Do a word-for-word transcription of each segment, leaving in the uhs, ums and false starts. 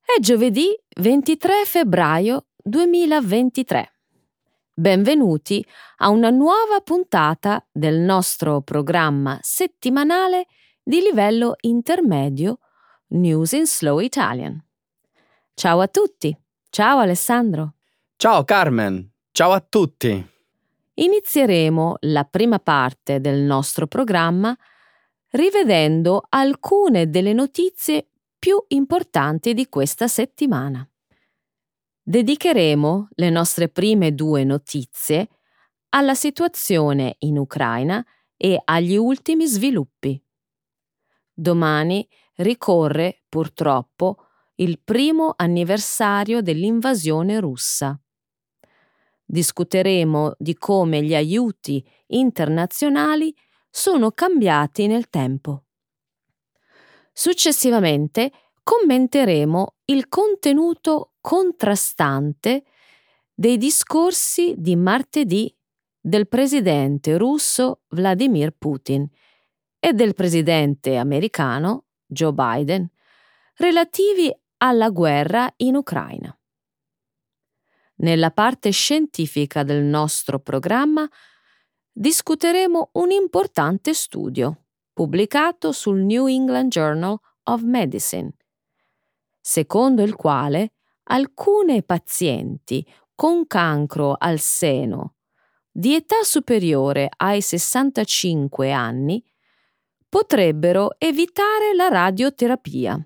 È giovedì ventitré febbraio duemilaventitré. Benvenuti a una nuova puntata del nostro programma settimanale di livello intermedio News in Slow Italian. Ciao a tutti. Ciao Alessandro. Ciao Carmen, ciao a tutti. Inizieremo la prima parte del nostro programma rivedendo alcune delle notizie più importanti di questa settimana. Dedicheremo le nostre prime due notizie alla situazione in Ucraina e agli ultimi sviluppi. Domani ricorre, purtroppo, il primo anniversario dell'invasione russa. Discuteremo di come gli aiuti internazionali sono cambiati nel tempo. Successivamente commenteremo il contenuto contrastante dei discorsi di martedì del presidente russo Vladimir Putin e del presidente americano Joe Biden relativi alla guerra in Ucraina. Nella parte scientifica del nostro programma discuteremo un importante studio pubblicato sul New England Journal of Medicine, secondo il quale alcune pazienti con cancro al seno di età superiore ai sessantacinque anni potrebbero evitare la radioterapia.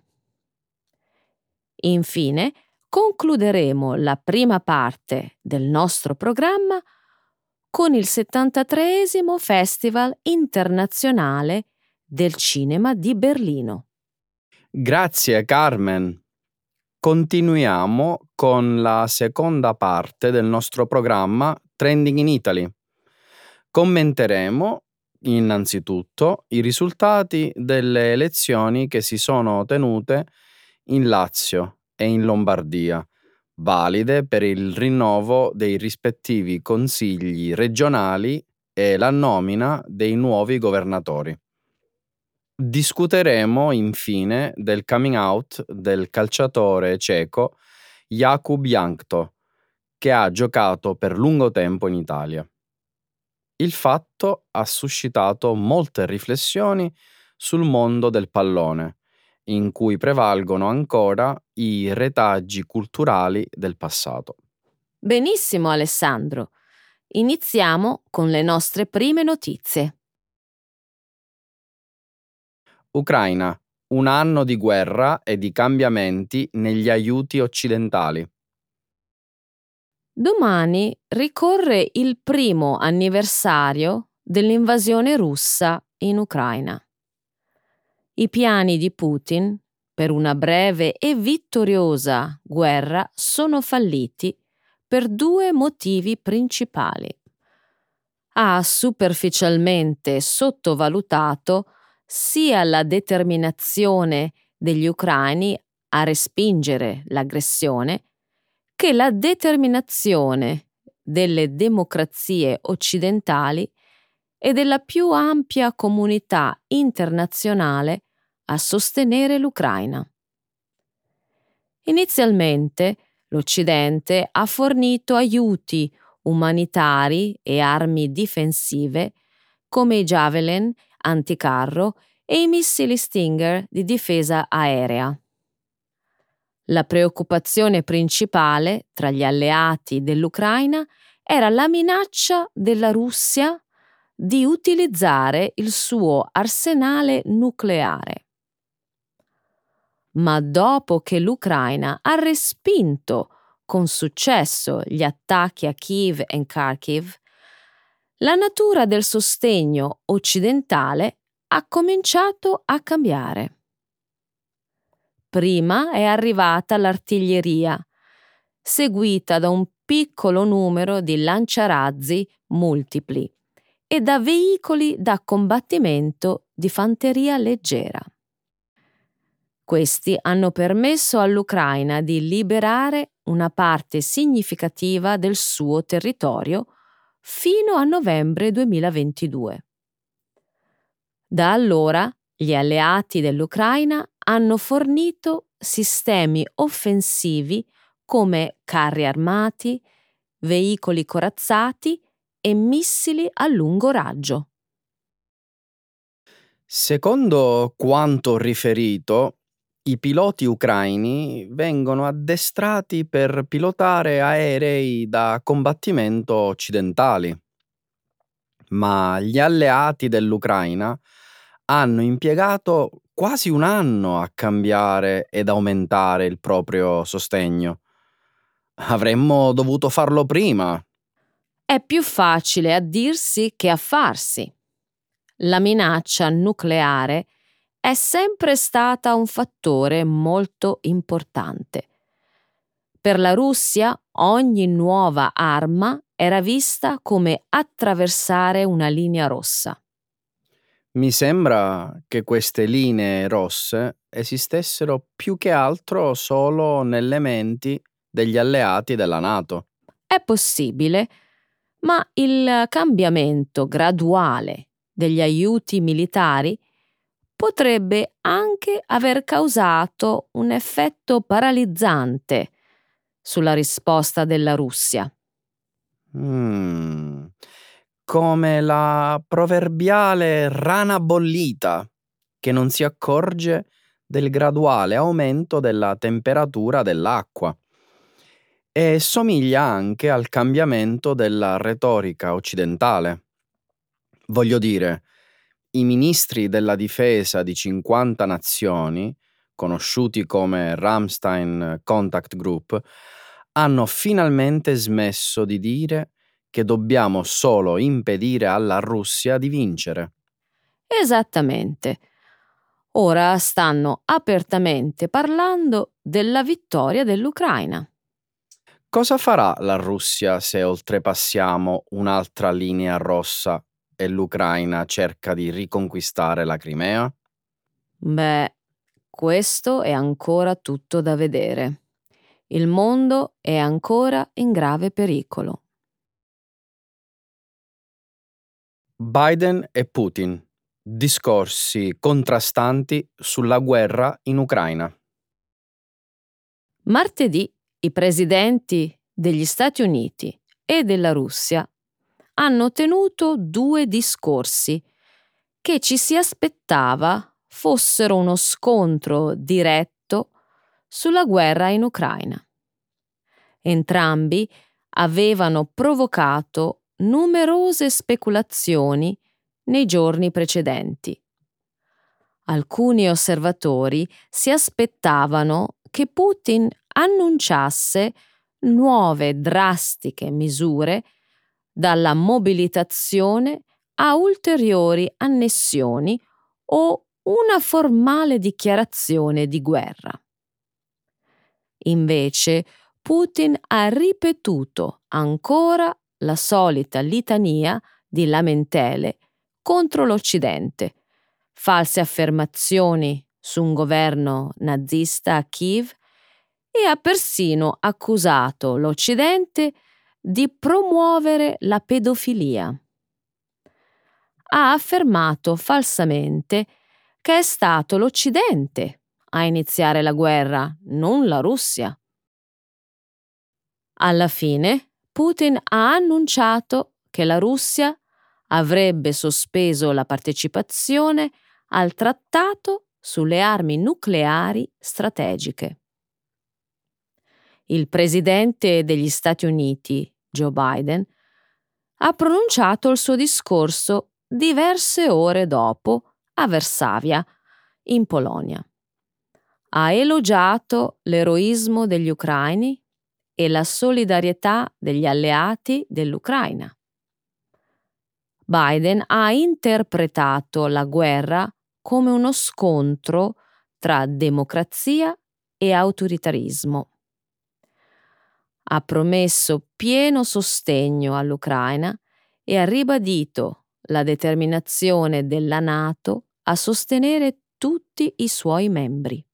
Infine, concluderemo la prima parte del nostro programma con il settantatreesimo Festival internazionale del cinema di Berlino. Grazie Carmen. Continuiamo con la seconda parte del nostro programma Trending in Italy. Commenteremo innanzitutto i risultati delle elezioni che si sono tenute in Lazio e in Lombardia, valide per il rinnovo dei rispettivi consigli regionali e la nomina dei nuovi governatori. Discuteremo infine del coming out del calciatore ceco Jakub Jankto, che ha giocato per lungo tempo in Italia. Il fatto ha suscitato molte riflessioni sul mondo del pallone, in cui prevalgono ancora i retaggi culturali del passato. Benissimo Alessandro. Iniziamo con le nostre prime notizie. Ucraina, un anno di guerra e di cambiamenti negli aiuti occidentali. Domani ricorre il primo anniversario dell'invasione russa in Ucraina. I piani di Putin per una breve e vittoriosa guerra sono falliti per due motivi principali. Ha superficialmente sottovalutato sia la determinazione degli ucraini a respingere l'aggressione che la determinazione delle democrazie occidentali e della più ampia comunità internazionale a sostenere l'Ucraina. Inizialmente l'Occidente ha fornito aiuti umanitari e armi difensive come i Javelin anticarro e i missili Stinger di difesa aerea. La preoccupazione principale tra gli alleati dell'Ucraina era la minaccia della Russia di utilizzare il suo arsenale nucleare. Ma dopo che l'Ucraina ha respinto con successo gli attacchi a Kiev e Kharkiv, la natura del sostegno occidentale ha cominciato a cambiare. Prima è arrivata l'artiglieria, seguita da un piccolo numero di lanciarazzi multipli e da veicoli da combattimento di fanteria leggera. Questi hanno permesso all'Ucraina di liberare una parte significativa del suo territorio fino a novembre duemilaventidue. Da allora gli alleati dell'Ucraina hanno fornito sistemi offensivi come carri armati, veicoli corazzati e missili a lungo raggio. Secondo quanto riferito, i piloti ucraini vengono addestrati per pilotare aerei da combattimento occidentali, ma gli alleati dell'Ucraina hanno impiegato quasi un anno a cambiare ed aumentare il proprio sostegno. Avremmo dovuto farlo prima. È più facile a dirsi che a farsi. La minaccia nucleare è sempre stata un fattore molto importante. Per la Russia ogni nuova arma era vista come attraversare una linea rossa. Mi sembra che queste linee rosse esistessero più che altro solo nelle menti degli alleati della NATO. È possibile, ma il cambiamento graduale degli aiuti militari potrebbe anche aver causato un effetto paralizzante sulla risposta della Russia. Mm, come la proverbiale rana bollita che non si accorge del graduale aumento della temperatura dell'acqua. E somiglia anche al cambiamento della retorica occidentale. Voglio dire, i ministri della difesa di cinquanta nazioni, conosciuti come Ramstein Contact Group, hanno finalmente smesso di dire che dobbiamo solo impedire alla Russia di vincere. Esattamente. Ora stanno apertamente parlando della vittoria dell'Ucraina. Cosa farà la Russia se oltrepassiamo un'altra linea rossa e l'Ucraina cerca di riconquistare la Crimea? Beh, questo è ancora tutto da vedere. Il mondo è ancora in grave pericolo. Biden e Putin. Discorsi contrastanti sulla guerra in Ucraina. Martedì i presidenti degli Stati Uniti e della Russia hanno tenuto due discorsi che ci si aspettava fossero uno scontro diretto sulla guerra in Ucraina. Entrambi avevano provocato numerose speculazioni nei giorni precedenti. Alcuni osservatori si aspettavano che Putin annunciasse nuove drastiche misure, dalla mobilitazione a ulteriori annessioni o una formale dichiarazione di guerra. Invece, Putin ha ripetuto ancora la solita litania di lamentele contro l'Occidente, false affermazioni su un governo nazista a Kiev e ha persino accusato l'Occidente di promuovere la pedofilia. Ha affermato falsamente che è stato l'Occidente a iniziare la guerra, non la Russia. Alla fine, Putin ha annunciato che la Russia avrebbe sospeso la partecipazione al trattato sulle armi nucleari strategiche. Il presidente degli Stati Uniti, Joe Biden, ha pronunciato il suo discorso diverse ore dopo a Varsavia, in Polonia. Ha elogiato l'eroismo degli ucraini e la solidarietà degli alleati dell'Ucraina. Biden ha interpretato la guerra come uno scontro tra democrazia e autoritarismo. Ha promesso pieno sostegno all'Ucraina e ha ribadito la determinazione della NATO a sostenere tutti i suoi membri.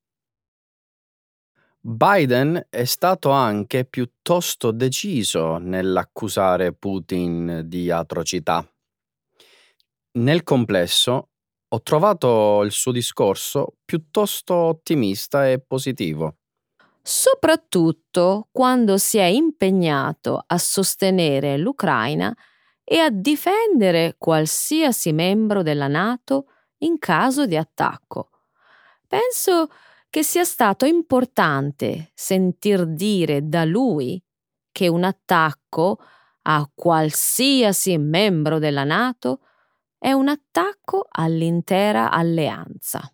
Biden è stato anche piuttosto deciso nell'accusare Putin di atrocità. Nel complesso, Ho trovato il suo discorso piuttosto ottimista e positivo. Soprattutto quando si è impegnato a sostenere l'Ucraina e a difendere qualsiasi membro della NATO in caso di attacco. Penso che sia stato importante sentir dire da lui che un attacco a qualsiasi membro della NATO è un attacco all'intera alleanza.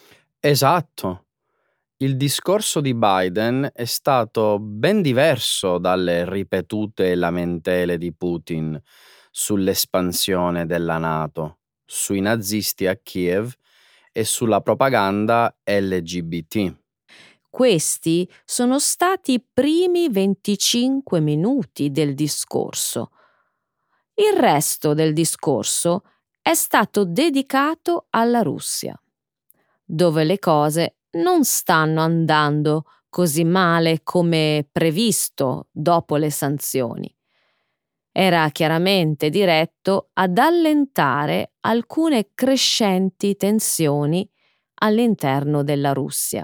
Esatto. Il discorso di Biden è stato ben diverso dalle ripetute lamentele di Putin sull'espansione della NATO, sui nazisti a Kiev e sulla propaganda L G B T. Questi sono stati i primi venticinque minuti del discorso. Il resto del discorso è stato dedicato alla Russia, dove le cose non stanno andando così male come previsto dopo le sanzioni. Era chiaramente diretto ad allentare alcune crescenti tensioni all'interno della Russia.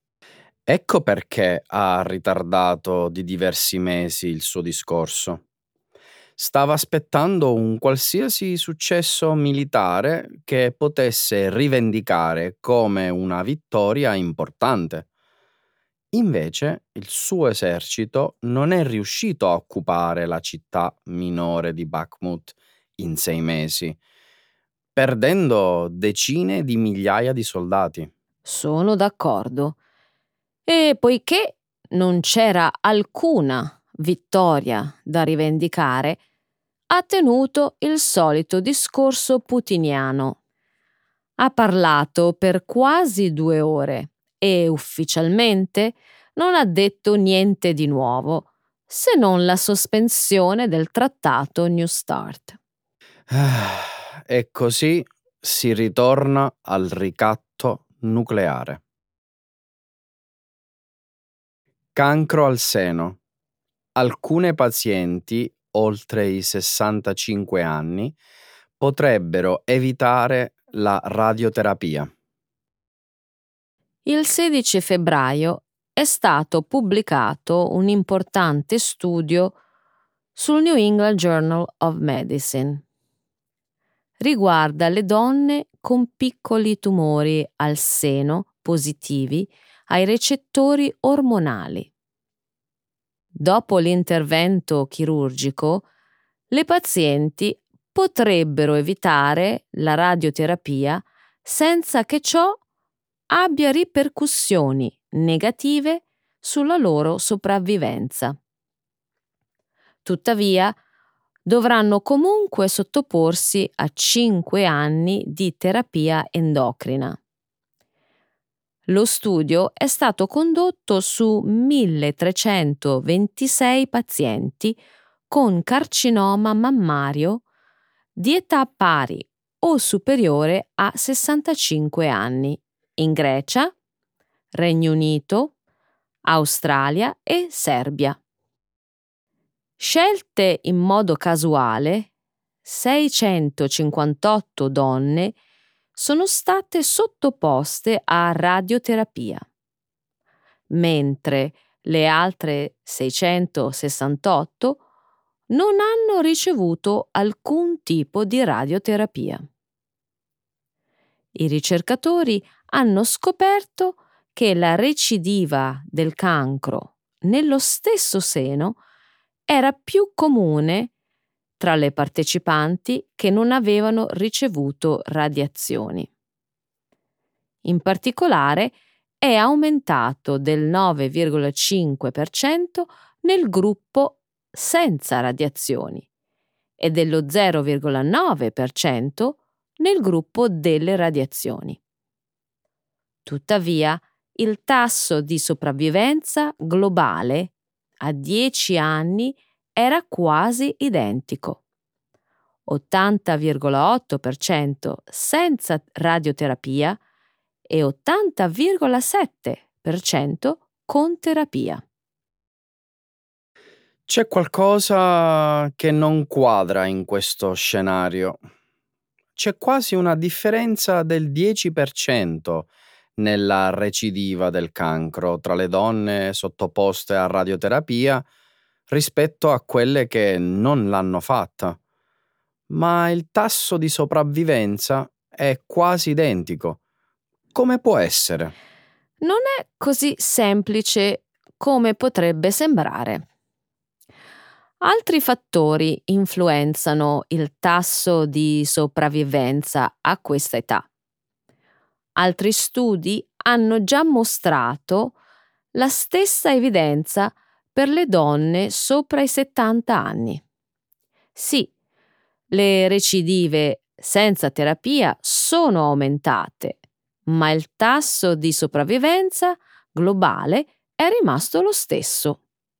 Ecco perché ha ritardato di diversi mesi il suo discorso. Stava aspettando un qualsiasi successo militare che potesse rivendicare come una vittoria importante. Invece, il suo esercito non è riuscito a occupare la città minore di Bakhmut in sei mesi, perdendo decine di migliaia di soldati. Sono d'accordo. E poiché non c'era alcuna vittoria da rivendicare, ha tenuto il solito discorso putiniano. Ha parlato per quasi due ore e ufficialmente non ha detto niente di nuovo, se non la sospensione del trattato New START. Ah, E così si ritorna al ricatto nucleare. Cancro al seno. Alcune pazienti, oltre i sessantacinque anni, potrebbero evitare la radioterapia. Il sedici febbraio è stato pubblicato un importante studio sul New England Journal of Medicine. Riguarda le donne con piccoli tumori al seno positivi ai recettori ormonali. Dopo l'intervento chirurgico, le pazienti potrebbero evitare la radioterapia senza che ciò abbia ripercussioni negative sulla loro sopravvivenza. Tuttavia, dovranno comunque sottoporsi a cinque anni di terapia endocrina. Lo studio è stato condotto su milletrecentoventisei pazienti con carcinoma mammario di età pari o superiore a sessantacinque anni in Grecia, Regno Unito, Australia e Serbia. Scelte in modo casuale, seicentocinquantotto donne sono state sottoposte a radioterapia, mentre le altre seicentosessantotto non hanno ricevuto alcun tipo di radioterapia. I ricercatori hanno scoperto che la recidiva del cancro nello stesso seno era più comune tra le partecipanti che non avevano ricevuto radiazioni. In particolare è aumentato del nove virgola cinque per cento nel gruppo senza radiazioni e dello zero virgola nove per cento nel gruppo delle radiazioni. Tuttavia, il tasso di sopravvivenza globale a dieci anni era quasi identico. ottanta virgola otto per cento senza radioterapia e ottanta virgola sette per cento con terapia. C'è qualcosa che non quadra in questo scenario. c'è quasi una differenza del dieci per cento nella recidiva del cancro tra le donne sottoposte a radioterapia rispetto a quelle che non l'hanno fatta. Ma il tasso di sopravvivenza è quasi identico. Come può essere? Non è così semplice come potrebbe sembrare. Altri fattori influenzano il tasso di sopravvivenza a questa età. Altri studi hanno già mostrato la stessa evidenza per le donne sopra i settanta anni. Sì, le recidive senza terapia sono aumentate, ma il tasso di sopravvivenza globale è rimasto lo stesso.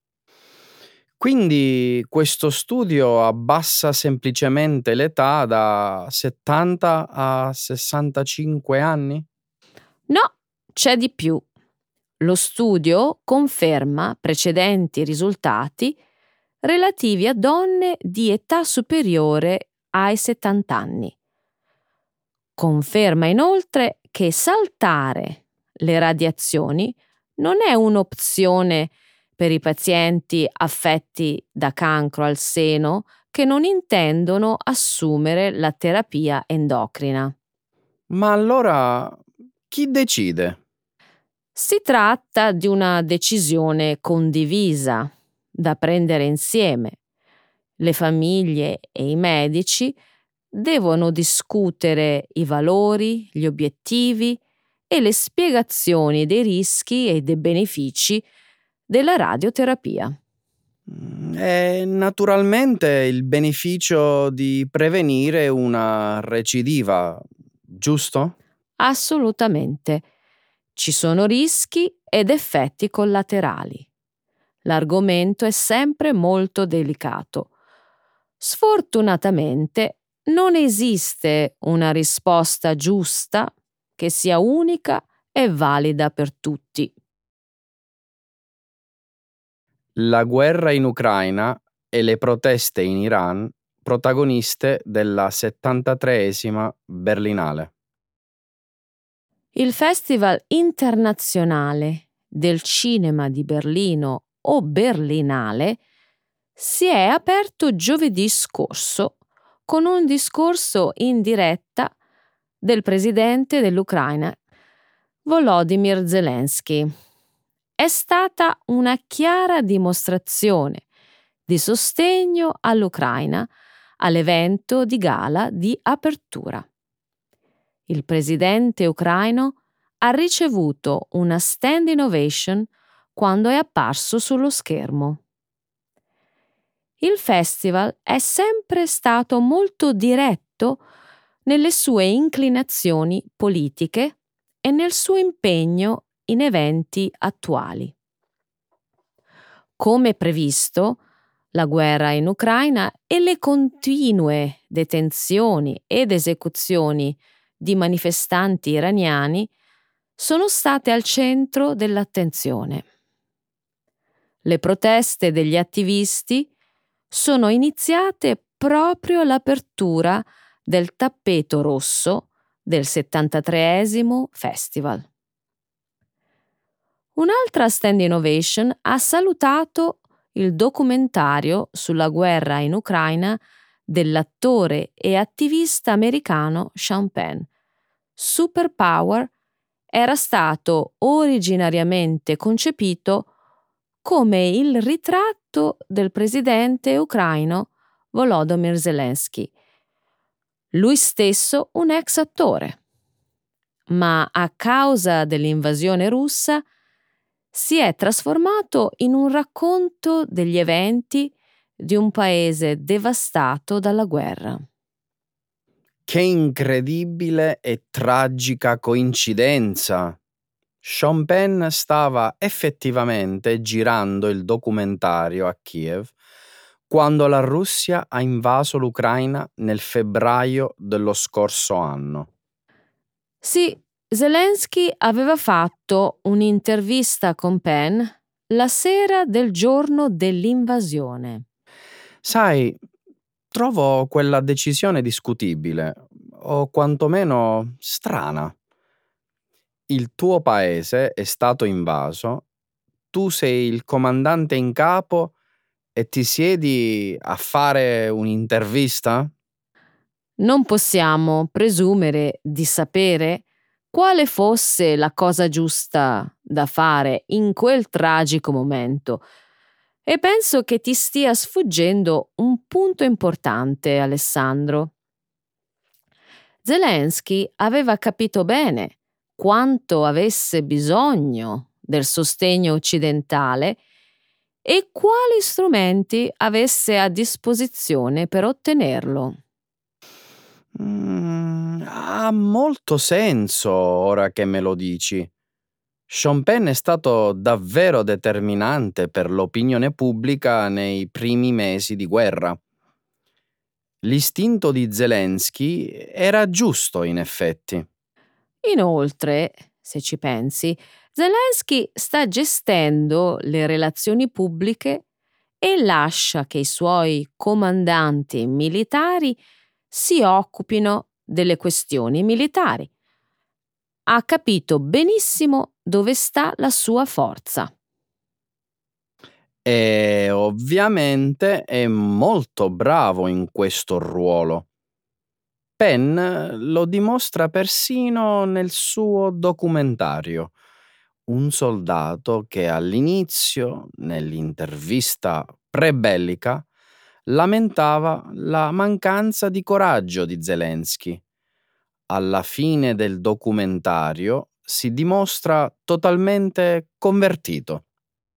Quindi questo studio abbassa semplicemente l'età da settanta a sessantacinque anni? No, c'è di più. Lo studio conferma precedenti risultati relativi a donne di età superiore ai settanta anni. Conferma inoltre che saltare le radiazioni non è un'opzione per i pazienti affetti da cancro al seno che non intendono assumere la terapia endocrina. Ma allora chi decide? Si tratta di una decisione condivisa da prendere insieme. Le famiglie e i medici devono discutere i valori, gli obiettivi e le spiegazioni dei rischi e dei benefici della radioterapia. Mm, E naturalmente il beneficio di prevenire una recidiva, giusto? Assolutamente. Ci sono rischi ed effetti collaterali. L'argomento è sempre molto delicato. Sfortunatamente non esiste una risposta giusta che sia unica e valida per tutti. La guerra in Ucraina e le proteste in Iran, protagoniste della settantatreesima Berlinale. Il Festival internazionale del cinema di Berlino o Berlinale si è aperto giovedì scorso con un discorso in diretta del presidente dell'Ucraina, Volodymyr Zelensky. È stata una chiara dimostrazione di sostegno all'Ucraina all'evento di gala di apertura. Il presidente ucraino ha ricevuto una standing ovation quando è apparso sullo schermo. Il festival è sempre stato molto diretto nelle sue inclinazioni politiche e nel suo impegno in eventi attuali. Come previsto, la guerra in Ucraina e le continue detenzioni ed esecuzioni di manifestanti iraniani sono state al centro dell'attenzione. Le proteste degli attivisti sono iniziate proprio all'apertura del tappeto rosso del settantatreesimo Festival. Un'altra standing ovation ha salutato il documentario sulla guerra in Ucraina dell'attore e attivista americano Sean Penn. Superpower era stato originariamente concepito come il ritratto del presidente ucraino Volodymyr Zelensky, lui stesso un ex attore. Ma a causa dell'invasione russa si è trasformato in un racconto degli eventi di un paese devastato dalla guerra. Che incredibile e tragica coincidenza! Sean Penn stava effettivamente girando il documentario a Kiev quando la Russia ha invaso l'Ucraina nel febbraio dello scorso anno. Sì, Zelensky aveva fatto un'intervista con Penn la sera del giorno dell'invasione. Sai, trovo quella decisione discutibile. o quantomeno strana. Il tuo paese è stato invaso, tu sei il comandante in capo e ti siedi a fare un'intervista? Non possiamo presumere di sapere quale fosse la cosa giusta da fare in quel tragico momento e penso che ti stia sfuggendo un punto importante, Alessandro. Zelensky aveva capito bene quanto avesse bisogno del sostegno occidentale e quali strumenti avesse a disposizione per ottenerlo. Mm, ha molto senso ora che me lo dici. Sean Penn è stato davvero determinante per l'opinione pubblica nei primi mesi di guerra. L'istinto di Zelensky era giusto, in effetti. Inoltre, se ci pensi, Zelensky sta gestendo le relazioni pubbliche e lascia che i suoi comandanti militari si occupino delle questioni militari. Ha capito benissimo dove sta la sua forza. E ovviamente è molto bravo in questo ruolo. Penn lo dimostra persino nel suo documentario. Un soldato che all'inizio, nell'intervista pre-bellica, lamentava la mancanza di coraggio di Zelensky. Alla fine del documentario si dimostra totalmente convertito.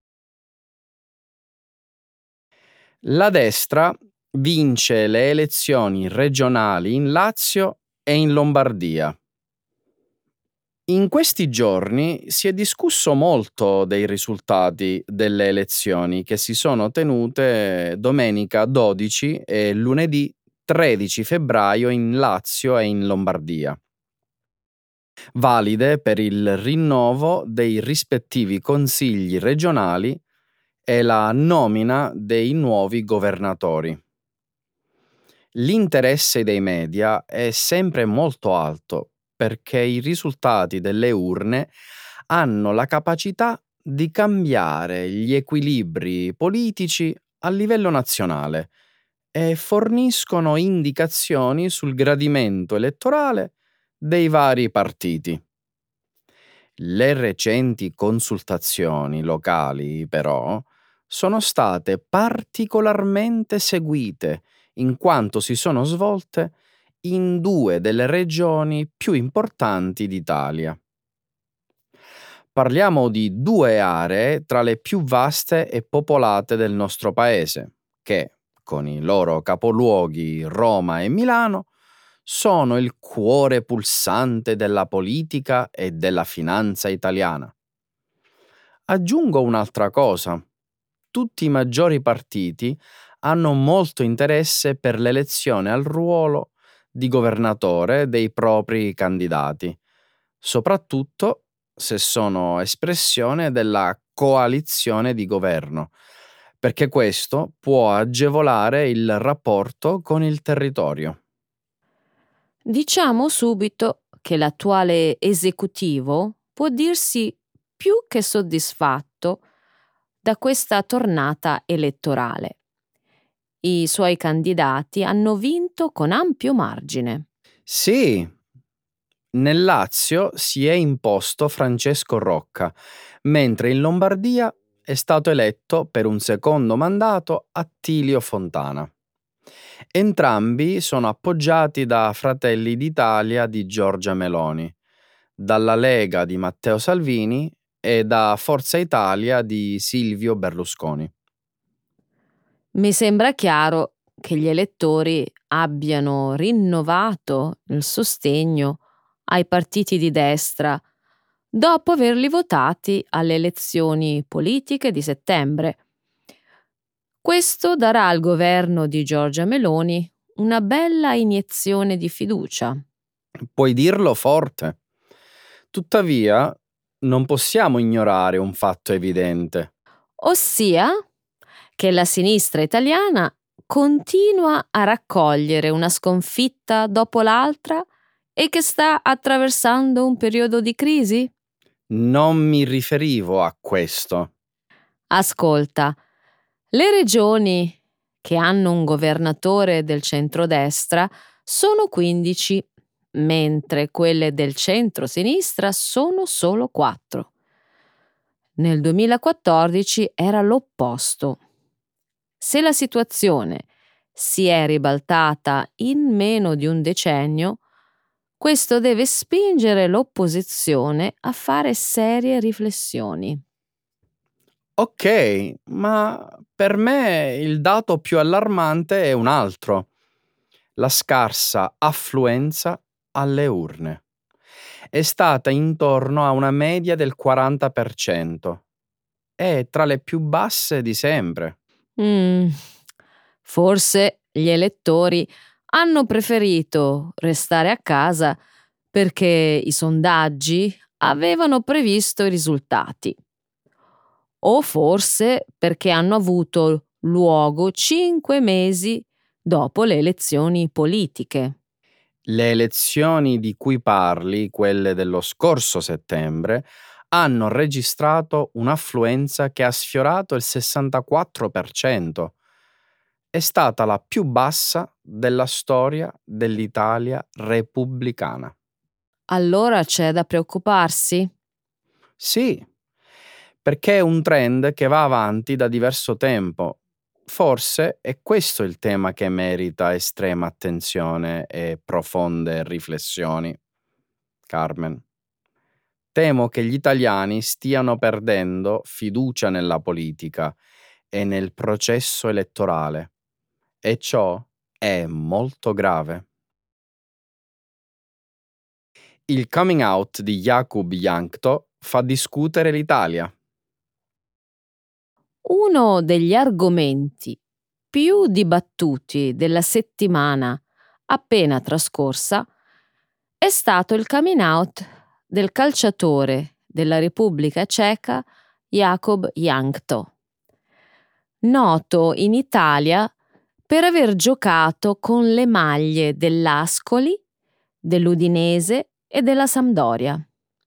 La destra vince le elezioni regionali in Lazio e in Lombardia. In questi giorni si è discusso molto dei risultati delle elezioni che si sono tenute domenica dodici e lunedì tredici febbraio in Lazio e in Lombardia, valide per il rinnovo dei rispettivi consigli regionali e la nomina dei nuovi governatori. L'interesse dei media è sempre molto alto perché i risultati delle urne hanno la capacità di cambiare gli equilibri politici a livello nazionale e forniscono indicazioni sul gradimento elettorale dei vari partiti. Le recenti consultazioni locali, però, sono state particolarmente seguite in quanto si sono svolte in due delle regioni più importanti d'Italia. Parliamo di due aree tra le più vaste e popolate del nostro paese, che, con i loro capoluoghi Roma e Milano, sono il cuore pulsante della politica e della finanza italiana. Aggiungo un'altra cosa. Tutti i maggiori partiti hanno molto interesse per l'elezione al ruolo di governatore dei propri candidati, soprattutto se sono espressione della coalizione di governo, perché questo può agevolare il rapporto con il territorio. Diciamo subito che l'attuale esecutivo può dirsi più che soddisfatto da questa tornata elettorale. I suoi candidati hanno vinto con ampio margine. Sì, nel Lazio si è imposto Francesco Rocca, mentre in Lombardia è stato eletto per un secondo mandato Attilio Fontana. Entrambi sono appoggiati da Fratelli d'Italia di Giorgia Meloni, dalla Lega di Matteo Salvini e da Forza Italia di Silvio Berlusconi. Mi sembra chiaro che gli elettori abbiano rinnovato il sostegno ai partiti di destra dopo averli votati alle elezioni politiche di settembre. Questo darà al governo di Giorgia Meloni una bella iniezione di fiducia. Puoi dirlo forte. Tuttavia, non possiamo ignorare un fatto evidente. Ossia che la sinistra italiana continua a raccogliere una sconfitta dopo l'altra e che sta attraversando un periodo di crisi? Non mi riferivo a questo. Ascolta, le regioni che hanno un governatore del centrodestra sono quindici, mentre quelle del centro-sinistra sono solo quattro. Nel duemilaquattordici era l'opposto. Se la situazione si è ribaltata in meno di un decennio, questo deve spingere l'opposizione a fare serie riflessioni. Ok, ma per me il dato più allarmante è un altro: la scarsa affluenza alle urne. È stata intorno a una media del quaranta per cento. È tra le più basse di sempre. Mm, forse gli elettori hanno preferito restare a casa perché i sondaggi avevano previsto i risultati. O forse perché hanno avuto luogo cinque mesi dopo le elezioni politiche. Le elezioni di cui parli, quelle dello scorso settembre, hanno registrato un'affluenza che ha sfiorato il sessantaquattro per cento. È stata la più bassa della storia dell'Italia repubblicana. Allora c'è da preoccuparsi? Sì, perché è un trend che va avanti da diverso tempo. Forse è questo il tema che merita estrema attenzione e profonde riflessioni, Carmen. Temo che gli italiani stiano perdendo fiducia nella politica e nel processo elettorale, e ciò è molto grave. Il coming out di Jakub Jankto fa discutere l'Italia. Uno degli argomenti più dibattuti della settimana appena trascorsa è stato il coming out del calciatore della Repubblica Ceca Jakub Jankto, noto in Italia per aver giocato con le maglie dell'Ascoli, dell'Udinese e della Sampdoria.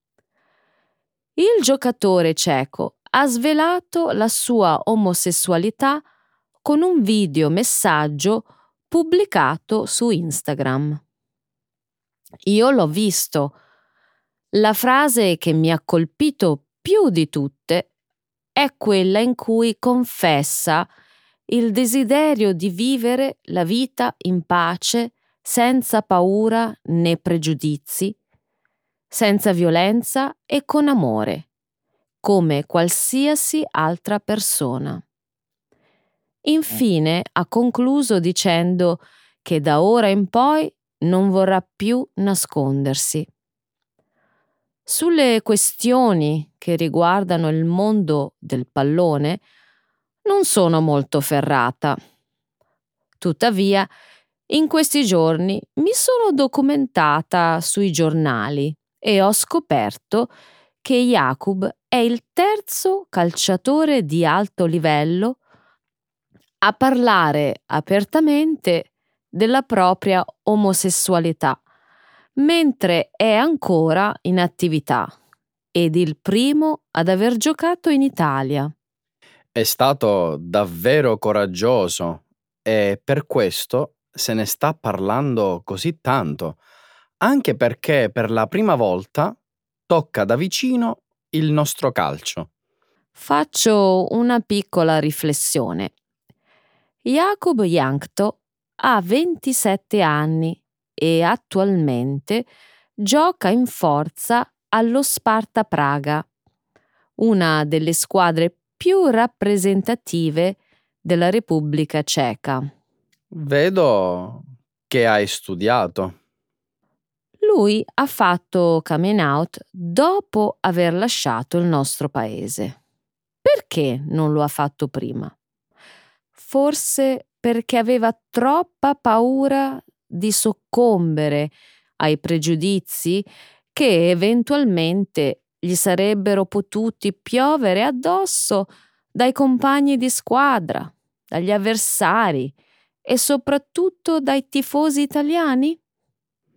Il giocatore ceco ha svelato la sua omosessualità con un videomessaggio pubblicato su Instagram. Io l'ho visto. La frase che mi ha colpito più di tutte è quella in cui confessa il desiderio di vivere la vita in pace, senza paura né pregiudizi, senza violenza e con amore, come qualsiasi altra persona. Infine ha concluso dicendo che da ora in poi non vorrà più nascondersi. Sulle questioni che riguardano il mondo del pallone non sono molto ferrata. Tuttavia, in questi giorni mi sono documentata sui giornali e ho scoperto che Jakub è il terzo calciatore di alto livello a parlare apertamente della propria omosessualità, mentre è ancora in attività, ed il primo ad aver giocato in Italia. È stato davvero coraggioso e per questo se ne sta parlando così tanto, anche perché per la prima volta tocca da vicino il nostro calcio. Faccio una piccola riflessione. Jakub Jankto ha ventisette anni e attualmente gioca in forza allo Sparta Praga, una delle squadre più rappresentative della Repubblica Ceca. Vedo che hai studiato. Lui ha fatto coming out dopo aver lasciato il nostro paese. Perché non lo ha fatto prima? Forse perché aveva troppa paura di soccombere ai pregiudizi che eventualmente gli sarebbero potuti piovere addosso dai compagni di squadra, dagli avversari e soprattutto dai tifosi italiani?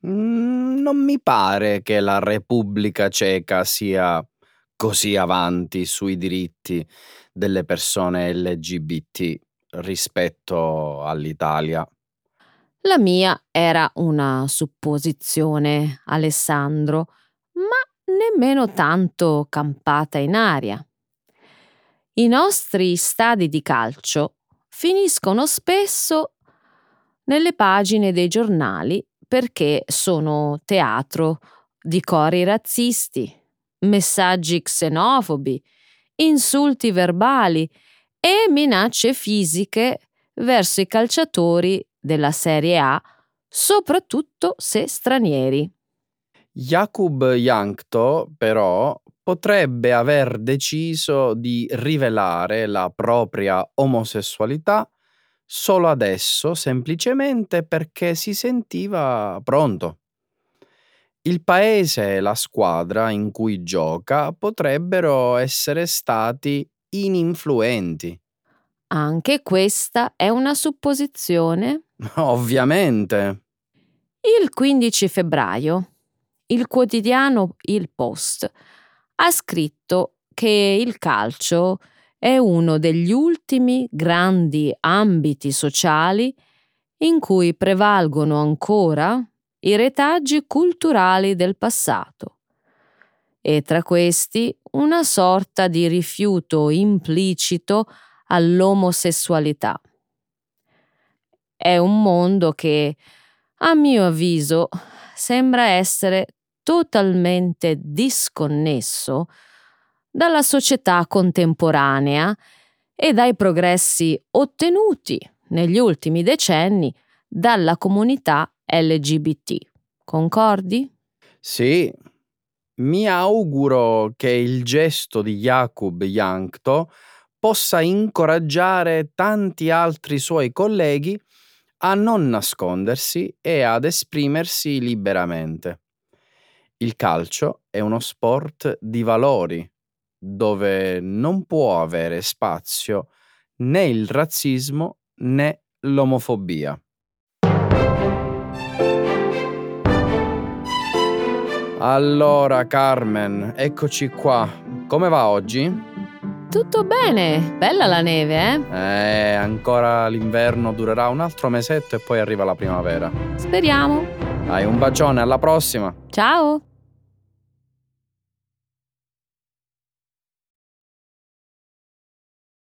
Mm, non mi pare che la Repubblica Ceca sia così avanti sui diritti delle persone L G B T rispetto all'Italia. La mia era una supposizione, Alessandro, ma nemmeno tanto campata in aria. I nostri stadi di calcio finiscono spesso nelle pagine dei giornali perché sono teatro di cori razzisti, messaggi xenofobi, insulti verbali e minacce fisiche verso i calciatori della Serie A, soprattutto se stranieri. Jakub Jankto, però, potrebbe aver deciso di rivelare la propria omosessualità solo adesso, semplicemente perché si sentiva pronto. Il paese e la squadra in cui gioca potrebbero essere stati ininfluenti. Anche questa è una supposizione. Ovviamente. Il quindici febbraio il quotidiano Il Post ha scritto che il calcio è uno degli ultimi grandi ambiti sociali in cui prevalgono ancora i retaggi culturali del passato e tra questi una sorta di rifiuto implicito all'omosessualità. È un mondo che, a mio avviso, sembra essere totalmente disconnesso dalla società contemporanea e dai progressi ottenuti negli ultimi decenni dalla comunità L G B T. Concordi? Sì, mi auguro che il gesto di Jakub Jankto possa incoraggiare tanti altri suoi colleghi a non nascondersi e ad esprimersi liberamente. Il calcio è uno sport di valori, dove non può avere spazio né il razzismo né l'omofobia. Allora, Carmen, eccoci qua. Come va oggi? Tutto bene, bella la neve, eh? Eh, ancora l'inverno durerà un altro mesetto e poi arriva la primavera. Speriamo. Dai, un bacione, alla prossima! Ciao!